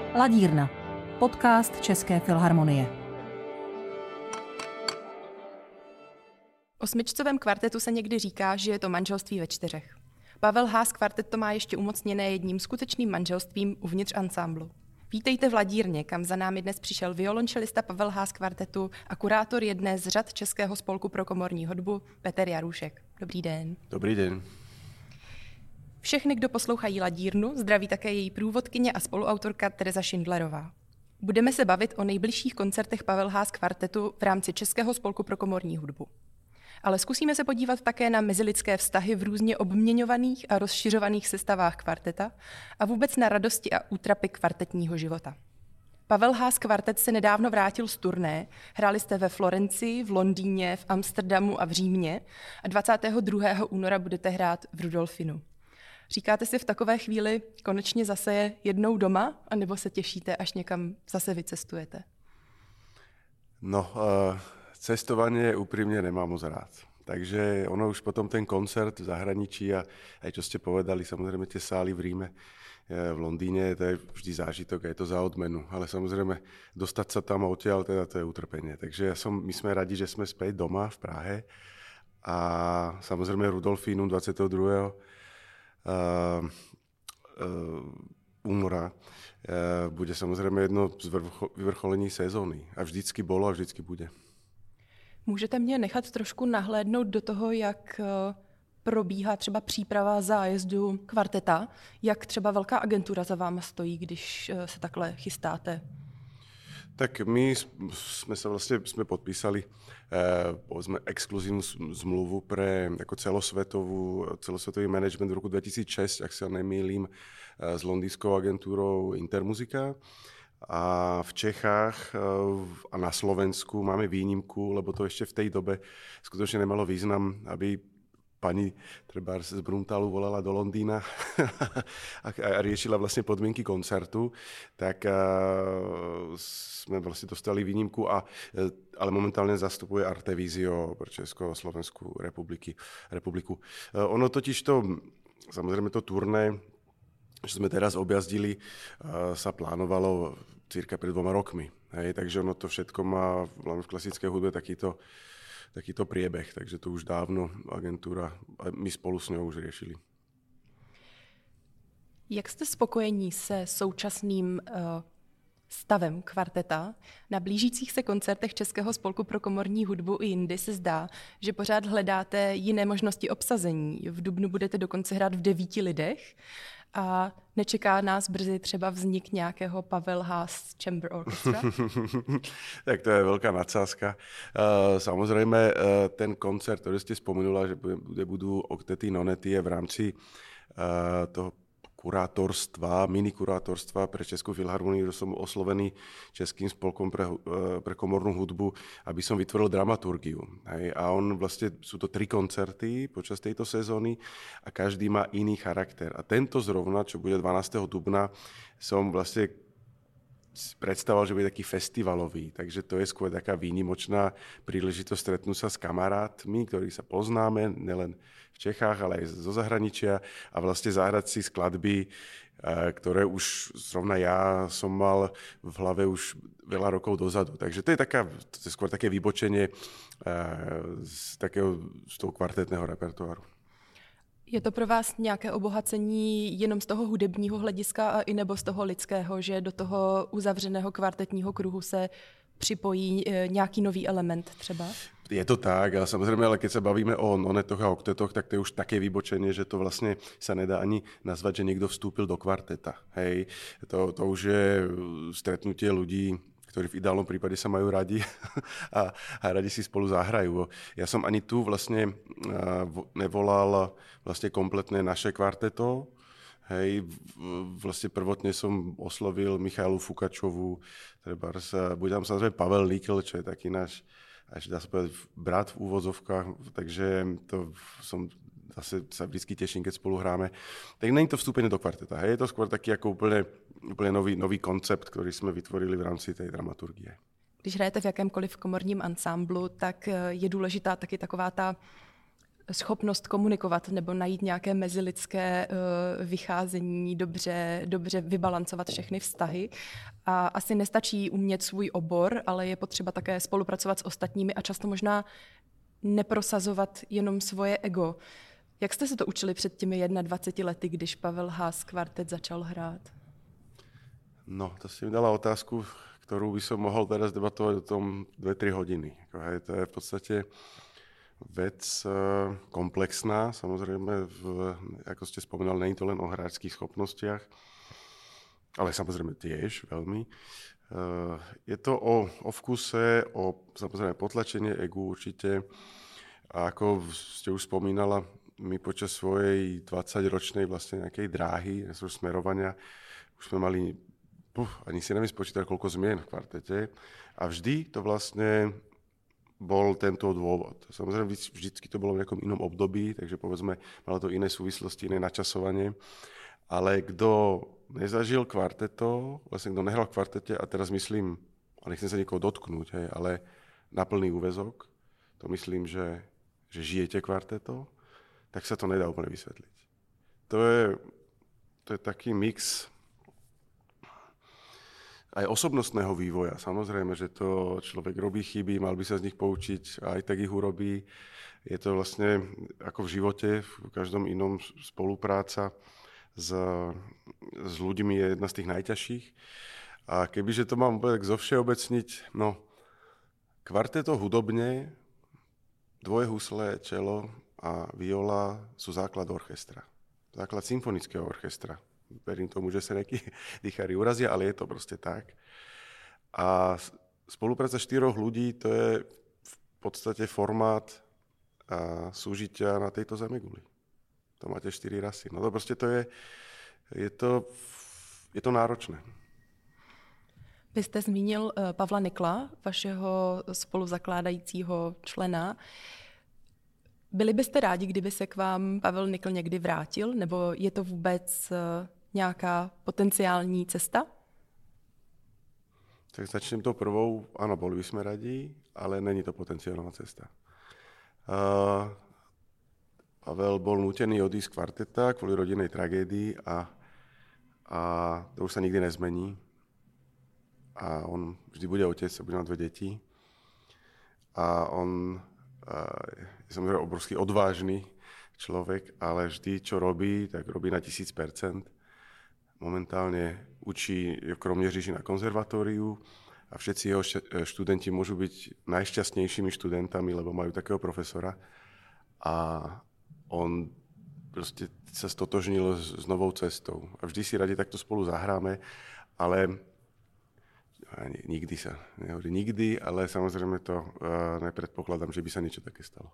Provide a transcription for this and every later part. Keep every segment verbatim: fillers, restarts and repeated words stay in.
Ladírna, podcast České filharmonie. O smyčcovém kvartetu se někdy říká, že je to manželství ve čtyřech. Pavel Haas kvartet to má ještě umocněné jedním skutečným manželstvím uvnitř ansámblu. Vítejte v Ladírně, kam za námi dnes přišel violončelista Pavel Haas kvartetu a kurátor jedné z řad Českého spolku pro komorní hudbu Petr Jarušek. Dobrý den. Dobrý den. Všechny, kdo poslouchají Ladírnu, zdraví také její průvodkyně a spoluautorka Tereza Šindlerová. Budeme se bavit o nejbližších koncertech Pavel Haas kvartetu v rámci Českého spolku pro komorní hudbu. Ale zkusíme se podívat také na mezilidské vztahy v různě obměňovaných a rozšiřovaných sestavách kvarteta a vůbec na radosti a útrapy kvartetního života. Pavel Haas kvartet se nedávno vrátil z turné, hráli jste ve Florencii, v Londýně, v Amsterdamu a v Římě a dvacátého druhého února budete hrát v Rudolfinu. Říkáte si v takové chvíli, konečně zase je jednou doma, anebo se těšíte, až někam zase vycestujete? No, uh, cestovanie úprimne nemám moc rád. Takže ono už potom ten koncert v zahraničí a aj čo ste povedali, samozrejme tie sály v Ríme, v Londýne, to je vždy zážitok a je to za odmenu. Ale samozrejme, dostať sa tam odtiaľ, teda to je utrpenie. Takže ja som, my sme radi, že sme späť doma v Prahe a samozrejme Rudolfínu dvacátého druhého Uh, uh, února uh, bude samozrejme jedno z vyvrcholení sezóny. A vždycky bolo a vždycky bude. Můžete mě nechat trošku nahlédnout do toho, jak probíhá třeba příprava zájezdu kvarteta, jak třeba velká agentura za váma stojí, když se takhle chystáte? Tak my sme sa vlastne sme podpísali eh, povedzme exkluzívnu zmluvu pre ako celosvetovú, celosvetový management v roku dvetisícšesť, ak sa nemýlim, eh, s londýnskou agentúrou Intermuzika. A v Čechách eh, a na Slovensku máme výnimku, lebo to ešte v tej dobe skutočne nemalo význam, aby pani trebárs z Bruntalu volala do Londýna a riešila vlastne podmienky koncertu, tak sme vlastne dostali výnimku, a, ale momentálne zastupuje Artevisio pre Československú republiky, republiku. Ono totiž to, samozrejme to turné, že sme teraz objazdili, sa plánovalo cirka pred dvoma rokmi. Hej, takže ono to všetko má v klasické hudbe takýto takýto priebeh, takže to už dávno agentúra a my spolu s ňou už riešili. Jak jste spokojení se současným uh, stavem kvarteta? Na blížících se koncertech Českého spolku pro komorní hudbu i jindy se zdá, že pořád hledáte jiné možnosti obsazení. V dubnu budete dokonce hrát v devíti lidech a nečeká nás brzy třeba vznik nějakého Pavel Haas Chamber Orchestra? Tak to je veľká nadsázka. Samozrejme, ten koncert, ktorý ste spomenula, že budú oktety nonety, je v rámci toho kurátorstva, minikurátorstva pre Českú filharmoniu, že som oslovený Českým spolkom pre, pre komornú hudbu, aby som vytvoril dramaturgiu. Hej. A on vlastne, sú to tri koncerty počas tejto sezóny a každý má iný charakter. A tento zrovna, čo bude dvanásteho dubna, som vlastne predstavoval, že bude taký festivalový, takže to je skôr taká výnimočná príležitosť stretnúť sa s kamarátmi, ktorí sa poznáme, nielen v Čechách, ale aj zo zahraničia, a vlastne zahrať si skladby, ktoré už zrovna ja som mal v hlave už veľa rokov dozadu. Takže to je, taká, to je skôr také vybočenie z, takého, z toho kvartetného repertoáru. Je to pro vás nějaké obohacení jenom z toho hudebního hlediska a i nebo z toho lidského, že do toho uzavřeného kvartetního kruhu se připojí nějaký nový element třeba? Je to tak, ale samozrejme, ale keď sa bavíme o nonetoch a oktetoch, tak to je už také vybočenie, že to vlastne sa nedá ani nazvať, že niekto vstúpil do kvarteta. Hej, to, to už je stretnutie ľudí, ktorí v ideálnom prípade sa majú radi a, a radi si spolu zahrajú. Ja som ani tu vlastne nevolal vlastne kompletné naše kvarteto. Hej, vlastne prvotne som oslovil Michailu Fukačovú, trebárs, bude tam samozrejme Pavel Líkl, čo je taký náš, až dá sa povedať, brat v úvodzovkách, takže to som zase sa vždycky teším, keď spolu hráme. Tak není to vstúpenie do kvarteta, hej, je to skôr taký ako úplne, úplne nový, nový koncept, ktorý sme vytvorili v rámci tej dramaturgie. Když hrajete v jakémkoliv komorním ansámblu, tak je důležitá taky taková ta schopnost komunikovat nebo najít nějaké mezilidské uh, vycházení, dobře, dobře vybalancovat všechny vztahy. A asi nestačí umět svůj obor, ale je potřeba také spolupracovat s ostatními a často možná neprosazovat jenom svoje ego. Jak jste se to učili před těmi dvaceti jednomi lety, když Pavel Haas kvartet začal hrát? No, to si mi dala otázku, ktorú by som mohol teraz debatovať o tom dve tri hodiny. Hej, to je v podstate vec komplexná, samozrejme, v, ako ste spomínali, nie je to len o hráčských schopnostiach, ale samozrejme tiež veľmi. Je to o, o vkuse, o samozrejme potlačenie egu určite. A ako ste už spomínala, my počas svojej dvadsaťročnej vlastne nejakej dráhy, smerovania, už sme mali, puf, ani si neviem spočítať, koľko zmien v kvartete. A vždy to vlastne bol tento dôvod. Samozrejme, vždycky to bolo v nejakom inom období, takže povedzme, malo to iné súvislosti, iné načasovanie. Ale kto nezažil kvarteto, vlastne kto nehral v kvartete, a teraz myslím, a nechcem sa nikoho dotknúť, hej, ale na plný úväzok, to myslím, že, že žijete kvarteto, tak sa to nedá úplne vysvetliť. To je, to je taký mix aj osobnostného vývoja. Samozrejme, že to človek robí chyby, mal by sa z nich poučiť a aj tak ich urobí. Je to vlastne ako v živote, v každom inom spolupráca s, s ľuďmi je jedna z tých najťažších. A kebyže to mám tak zovšeobecniť, no, kvarteto hudobne, dvoje husle, čelo a viola sú základ orchestra. Základ symfonického orchestra. Verím tomu, že sa nejakí dýchári urazia, ale je to proste tak. A spolupráca štyroch ľudí, to je v podstate formát a súžitia na tejto zemeguli. To máte štyri rasy. No to proste to je, je to, je to náročné. Vy jste zmínil Pavla Nykla, vašeho spoluzakládajícího člena. Byli byste rádi, kdyby se k vám Pavel Nykl někdy vrátil? Nebo je to vůbec nějaká potenciální cesta? Tak začnem to prvou. Áno, boli by sme radi, ale není to potenciálna cesta. Uh, Pavel bol nútený odísť z kvarteta kvôli rodinnej tragédii a, a to už sa nikdy nezmení. A on vždy bude otec, bude mať dve deti. A on je samozrejme obrovský odvážny človek, ale vždy, čo robí, tak robí na tisíc percent. Momentálne učí v Kroměříži na konzervatóriu a všetci jeho študenti môžu byť najšťastnejšími študentami, lebo majú takého profesora. A on proste sa stotožnil s novou cestou. A vždy si radi takto spolu zahráme, ale nikdy sa nehovorí nikdy, ale samozrejme to uh, nepredpokladám, že by sa niečo také stalo.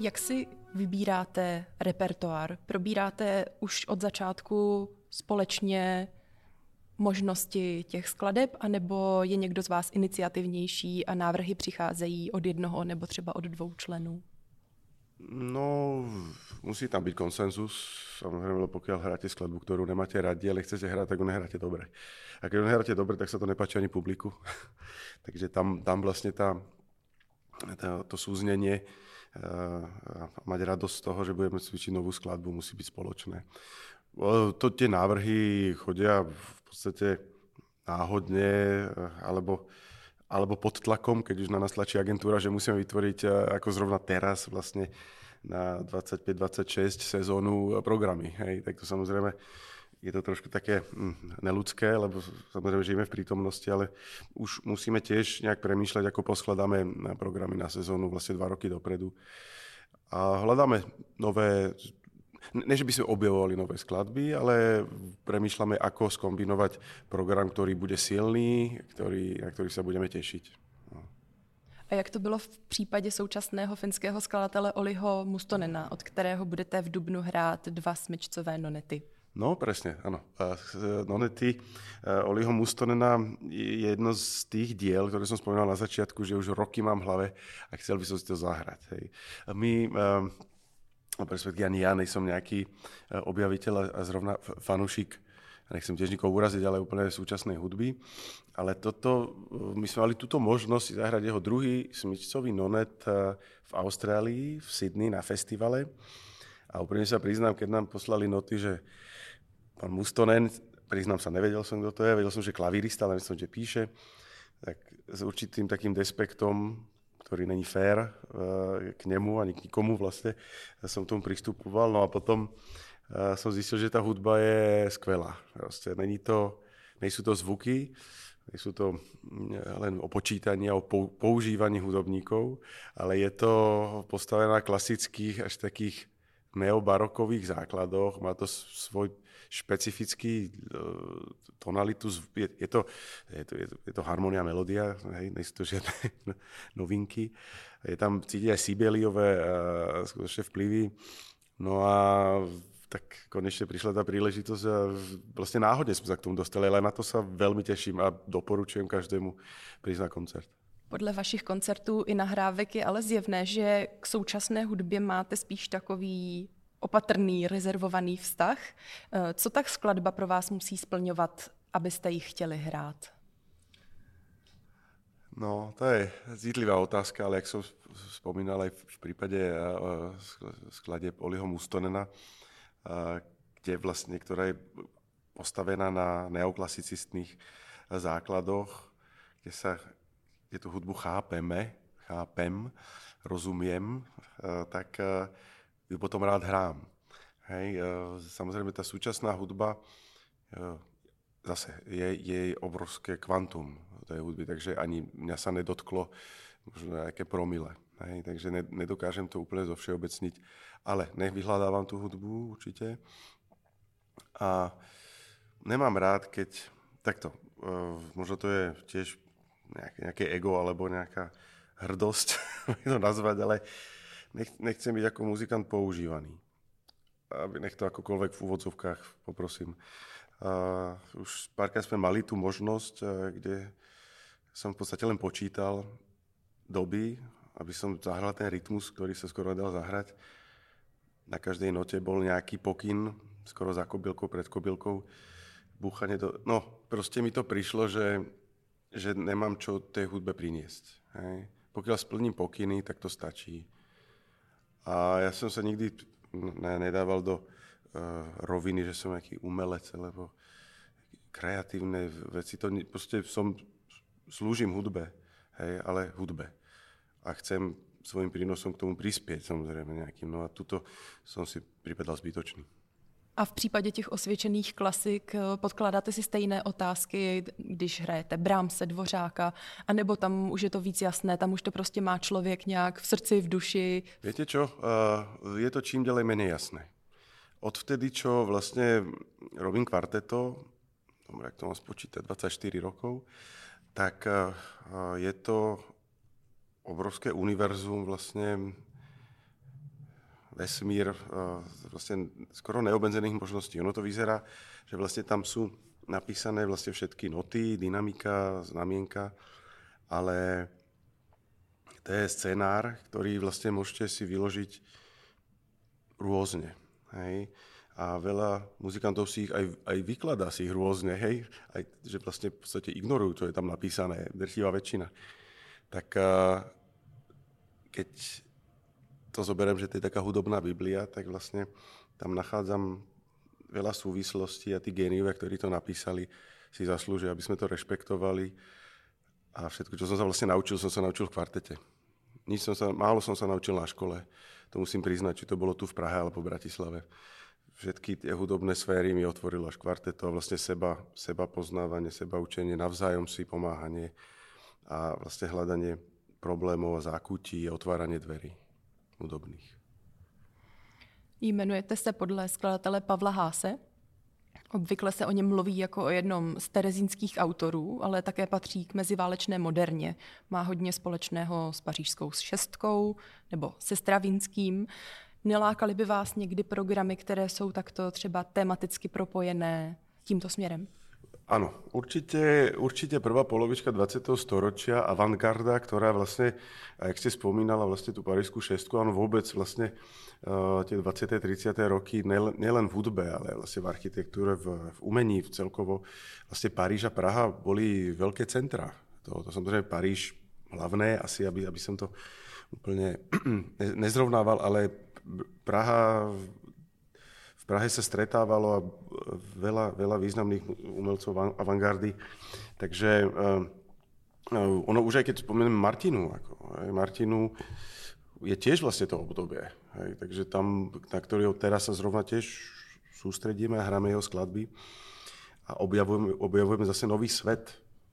Jak si vybíráte repertoár? Probíráte už od začátku společně možnosti těch skladeb, anebo je někdo z vás iniciativnější a návrhy přicházejí od jednoho nebo třeba od dvou členů? No, musí tam byť konsenzus. Samozrejme, pokiaľ hráte skladbu, ktorú nemáte radi, ale chcete hrať, tak ju nehráte dobre. A keď ju nehráte dobre, tak sa to nepáči ani publiku. Takže tam, tam vlastne tá, tá, to súznenie a mať radosť z toho, že budeme cvičiť novú skladbu, musí byť spoločné. To tie návrhy chodia v podstate náhodne, alebo alebo pod tlakom, keď už na nás tlačí agentúra, že musíme vytvoriť ako zrovna teraz vlastne na dvadsaťpäť dvadsaťšesť sezónu programy. Hej. Tak to samozrejme je to trošku také hm, neludské, lebo samozrejme žijeme v prítomnosti, ale už musíme tiež nejak premýšľať, ako poskladáme programy na sezónu vlastne dva roky dopredu. A hľadáme nové, ne, že by sme objavovali nové skladby, ale premýšľame, ako skombinovať program, ktorý bude silný, ktorý, na ktorý sa budeme tešiť. No. A jak to bylo v případě současného finského skladatele Olliho Mustonena, od kterého budete v dubnu hrát dva smyčcové nonety? No, presne, áno. Nonety Olliho Mustonena je jedno z tých diel, ktoré som spomínal na začiatku, že už roky mám v hlave a chcel by som si to zahrať. Hej. My... Perspektívne ani ja nejsem nejaký objaviteľ a zrovna fanúšik, nechcem tiež nikoho uraziť, ale úplne súčasnej hudby. Ale toto, my sme mali túto možnosť zahrať jeho druhý smyčcový nonet v Austrálii, v Sydney na festivale. A úplne sa priznám, keď nám poslali noty, že pán Mustonen, priznám sa, nevedel som, kto to je, vedel som, že klavírista, ale myslím, že píše, tak s určitým takým despektom, ktorý není fér k nemu ani k nikomu vlastne. Ja som k tomu pristupoval, no a potom som zistil, že tá hudba je skvelá. Proste není to, nejsú to zvuky, nejsú to len o počítaní a o používaní hudobníkov, ale je to postavené na klasických až takých neobarokových základoch, má to svoj špecifický tonalitu, je, je, to, je, to, je, to, je to harmonia, melódia, hej, nie sú to žiadne novinky. Je tam cítiť aj Sibeliové skutočne vplyvy. No a tak konečne prišla tá príležitosť a vlastne náhodne sme sa k tomu dostali, ale na to sa veľmi teším a doporučujem každému prísť na koncert. Podle vašich koncertů i nahrávek je ale zjevné, že k současné hudbě máte spíš takový opatrný, rezervovaný vztah. Co tak skladba pro vás musí splňovat, abyste ji chtěli hrát? No, to je citlivá otázka, ale jak som spomínal aj v prípade skladieb Olliho Mustonena, kde vlastne, ktorá je postavená na neoklasicistných základoch, kde sa kde tú hudbu chápeme, chápem, rozumiem, tak ju potom rád hrám. Hej, samozrejme tá súčasná hudba zase je jej obrovské kvantum tej hudby, takže ani mňa sa nedotklo možno nejaké promile. Hej, takže nedokážem to úplne zovšeobecniť, ale nech vyhľadávam tú hudbu určite. A nemám rád, keď takto, možno to je tiež Nejaké, nejaké ego alebo nejaká hrdosť, to nazvať, ale nech, nechcem byť ako muzikant používaný. Aby nech to akokoľvek v úvodzovkách poprosím. Uh, už párkrát sme mali tú možnosť, uh, kde som v podstate len počítal doby, aby som zahral ten rytmus, ktorý sa skoro dal zahrať. Na každej note bol nejaký pokyn, skoro za kobylkou, pred kobylkou, búchanie do... No, proste mi to prišlo, že že nemám čo tej hudbe priniesť. Hej. Pokiaľ splním pokyny, tak to stačí. A ja som sa nikdy ne, nedával do uh, roviny, že som nejaký umelec, alebo kreatívne veci. To proste som, slúžim hudbe, hej, ale hudbe. A chcem svojím prínosom k tomu prispieť, samozrejme nejakým. No a tuto som si pripadal zbytočný. A v případě těch osvědčených klasik podkládáte si stejné otázky, když hrajete Brahmse, Dvořáka, anebo tam už je to víc jasné, tam už to prostě má člověk nějak v srdci, v duši? Viete čo, je to čím ďalej menej jasné. Odvtedy, čo vlastne robím kvarteto, jak to mám spočítať, dvadsaťštyri rokov, tak je to obrovské univerzum vlastne vesmír vlastne skoro neobmedzených možností. Ono to vyzerá, že vlastne tam sú napísané vlastne všetky noty, dynamika, znamienka, ale to je scenár, ktorý vlastne môžete si vyložiť rôzne. Hej? A veľa muzikantov si ich aj, aj vykladá si ich rôzne, hej? Aj, že vlastne v podstate ignorujú, čo je tam napísané, drtivá väčšina. Tak keď to zoberiem, že to je taká hudobná Biblia, tak vlastne tam nachádzam veľa súvislostí a tí géniovia, ktorí to napísali, si zaslúžia, aby sme to rešpektovali. A všetko, čo som sa vlastne naučil, som sa naučil v kvartete. Nič som sa, málo som sa naučil na škole. To musím priznať, či to bolo tu v Prahe alebo v Bratislave. Všetky tie hudobné sféry mi otvorilo až kvarteto a vlastne seba, seba poznávanie, seba učenie, navzájom si pomáhanie a vlastne hľadanie problémov a zákutí a otváranie dverí hudobných. Jmenujete se podle skladatele Pavla Haase. Obvykle se o něm mluví jako o jednom z terezínských autorů, ale také patří k meziválečné moderně. Má hodně společného s pařížskou šestkou nebo se Stravinským. Nelákaly by vás někdy programy, které jsou takto třeba tematicky propojené tímto směrem? Áno, určite, určite prvá polovička dvadsiateho storočia, avantgarda, ktorá vlastne, jak ste spomínala, vlastne tú parížskú šestku, áno, vôbec vlastne uh, tie dvadsiate tridsiate roky, nielen v hudbe, ale vlastne v architektúre, v, v umení, v celkovo, vlastne Paríž a Praha boli veľké centra. To, to samozrejme Paríž hlavné, asi, aby, aby som to úplne nezrovnával, ale Praha... V Prahe sa stretávalo a veľa, veľa významných umelcov avantgardy. Takže uh, ono už aj keď spomeniem Martinu, ako, aj Martinu je tiež vlastne to obdobie. Hej, takže tam, na ktorého teraz sa zrovna tiež sústredíme a hráme jeho skladby a objavujeme, objavujeme zase nový svet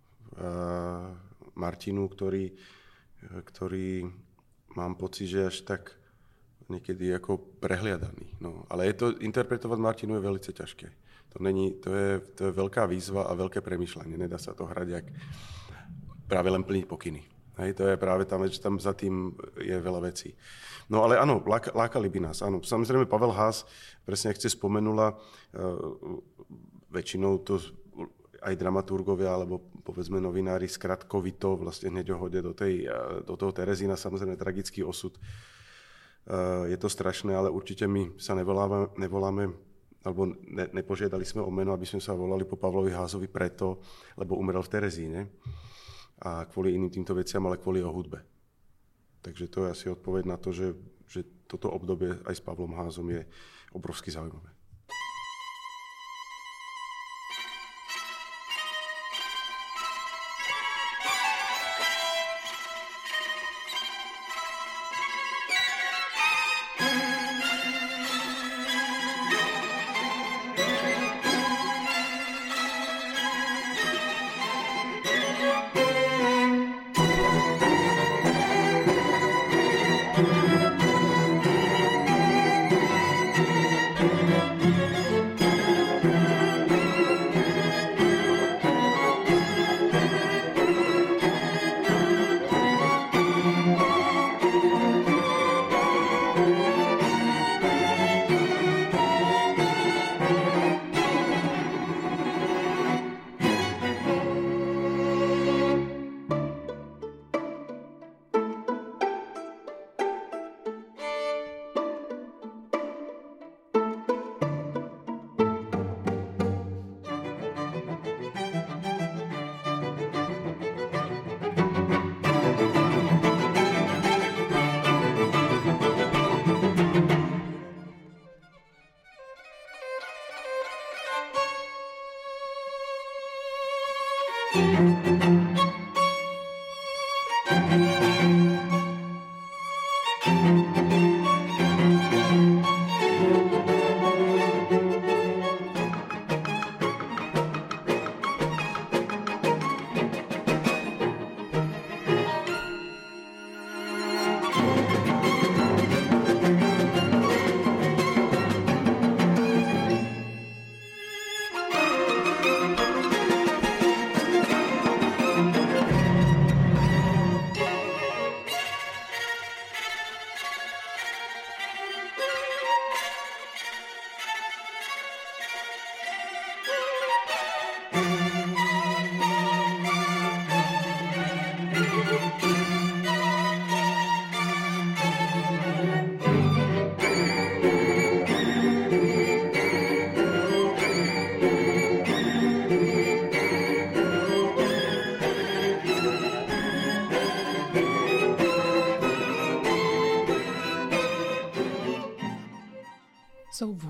uh, Martinu, ktorý, ktorý mám pocit, že až tak niekedy ako prehliadaný. No, ale je to, interpretovať Martinu je veľmi ťažké. To, není, to, je, to je veľká výzva a veľké premýšľanie. Nedá sa to hrať, jak práve len plniť pokyny. Hej, to je práve tam, že tam za tým je veľa vecí. No ale áno, lák, lákali by nás. Áno. Samozrejme Pavel Haas, presne ak ste spomenula, uh, väčšinou to aj dramaturgovia alebo povedzme novinári skratkovito vlastne hneď ho hodia do, tej, do toho Terezína, samozrejme tragický osud. Je to strašné, ale určite my sa nevoláme, nevoláme alebo ne, nepožiadali sme o meno, aby sme sa volali po Pavlovi Házovi preto, lebo umrel v Terezíne a kvôli iným týmto veciam, ale kvôli o hudbe. Takže to je asi odpoveď na to, že, že toto obdobie aj s Pavlom Házom je obrovsky zaujímavé.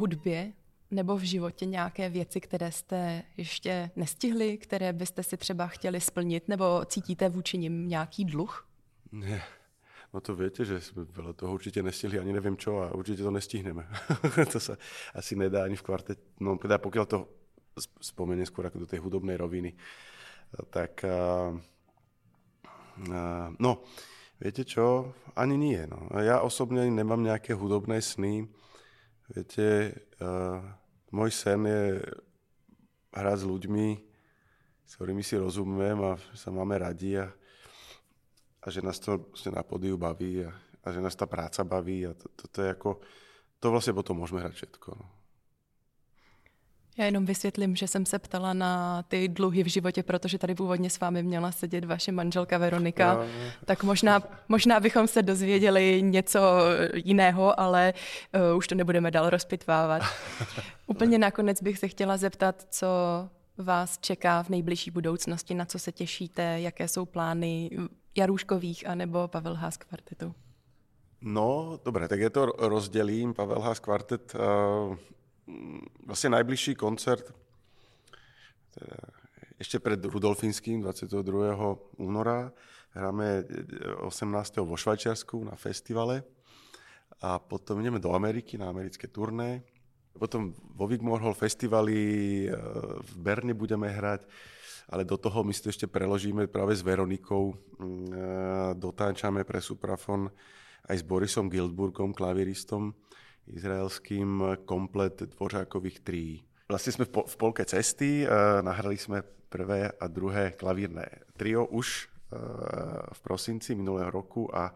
hudbě nebo v životě nějaké věci, které jste ještě nestihli, které byste si třeba chtěli splnit, nebo cítíte vůči nim nějaký dluh? Ne. No to viete, že sme veľa toho určite nestihli, ani neviem čo a určite to nestihneme. To sa asi nedá ani v kvartete. No teda pokiaľ to spomeniem skôr ako do tej hudobnej roviny, tak uh, uh, no, viete čo? Ani nie. No. Ja osobne nemám nejaké hudobné sny. Viete, uh, môj sen je hrať s ľuďmi, s ktorými si rozumiem a sa máme radi a a že nás to vlastně na pódiu baví a, a že nás ta práca baví a to, to, to je jako, to vlastně potom můžeme hrát všetko. No. Já jenom vysvětlím, že jsem se ptala na ty dluhy v životě, protože tady původně s vámi měla sedět vaše manželka Veronika, no. Tak možná, možná bychom se dozvěděli něco jiného, ale uh, už to nebudeme dál rozpitvávat. Úplně nakonec bych se chtěla zeptat, co vás čeká v nejbližší budoucnosti, na co se těšíte, jaké jsou plány Jarůškových anebo Pavel Haas kvartetu? No, dobre, tak ja to rozdelím. Pavel Haas kvartet, uh, vlastne najbližší koncert teda ešte pred Rudolfinským dvadsiateho druhého února hráme osemnásteho vo Švajčiarsku na festivale a potom ideme do Ameriky na americké turné. Potom vo Wigmore Hall festivali v Berne budeme hrať, ale do toho my si to ešte preložíme práve s Veronikou. Dotáčame pre Suprafon aj s Borisom Gildburgom, klavíristom izraelským, komplet Dvořákových trií. Vlastne sme v polke cesty, nahrali sme prvé a druhé klavírne trio už v prosinci minulého roku a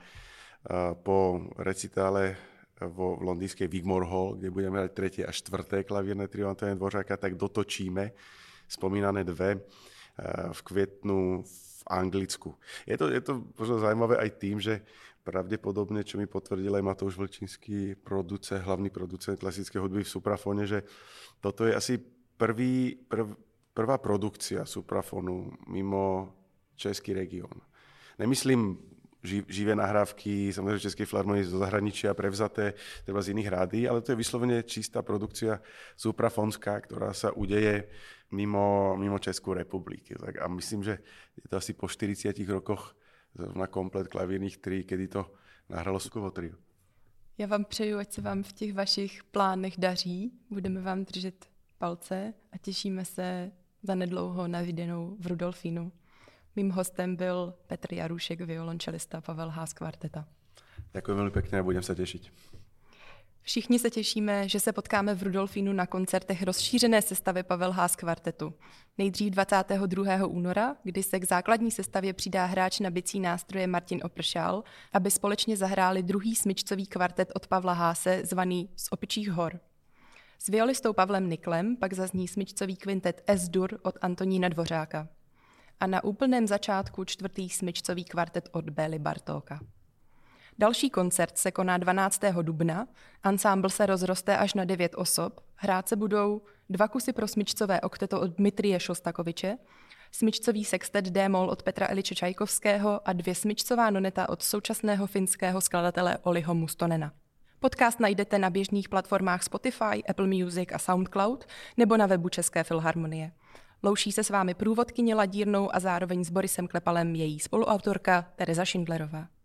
po recitále vo v londýnskej Wigmore Hall, kde budeme hrať tretie a štvrté klavírne trio Antonína Dvořáka, tak dotočíme spomínané dve v květnu v Anglicku. Je to, je to možno zaujímavé aj tým, že pravdepodobne, čo mi potvrdil aj Matouš Vlčinský, producent, hlavný producent klasické hudby v Suprafone, že toto je asi prvý, prv, prvá produkcia Suprafonu mimo český región. Nemyslím živé nahrávky, samozrejme Českej filharmonie zo zahraničia prevzaté treba z iných rádií, ale to je vyslovene čistá produkcia suprafonská, ktorá sa udeje mimo, mimo Českou republiky. Tak a myslím, že je to asi po štyridsiatich rokoch na komplet klavírnych trií, kedy to nahralo Sukovo trio. Já vám přeju, ať se vám v těch vašich plánech daří. Budeme vám držet palce a těšíme se za nedlouho na viděnou v Rudolfínu. Mým hostem byl Petr Jarůšek, violončelista Pavel Haas kvarteta. Děkuji velmi pěkně a budem se těšit. Všichni se těšíme, že se potkáme v Rudolfínu na koncertech rozšířené sestavy Pavel Haas kvartetu. Nejdřív dvacátého druhého února, kdy se k základní sestavě přidá hráč na bicí nástroje Martin Opršál, aby společně zahráli druhý smyčcový kvartet od Pavla Haase zvaný Z opičích hor. S violistou Pavlem Niklem pak zazní smyčcový kvintet S-dur od Antonína Dvořáka. A na úplném začátku čtvrtý smyčcový kvartet od Bély Bartóka. Další koncert se koná dvanáctého dubna, ansámbl se rozroste až na devět osob, hrát se budou dva kusy pro smyčcové okteto od Dmitrije Šostakoviče, smyčcový sextet D-moll od Petra Eliče Čajkovského a dvě smyčcová noneta od současného finského skladatele Olliho Mustonena. Podcast najdete na běžných platformách Spotify, Apple Music a SoundCloud nebo na webu České filharmonie. Loučí se s vámi průvodkyně Ladírnou a zároveň s Borisem Klepalem její spoluautorka Tereza Šindlerová.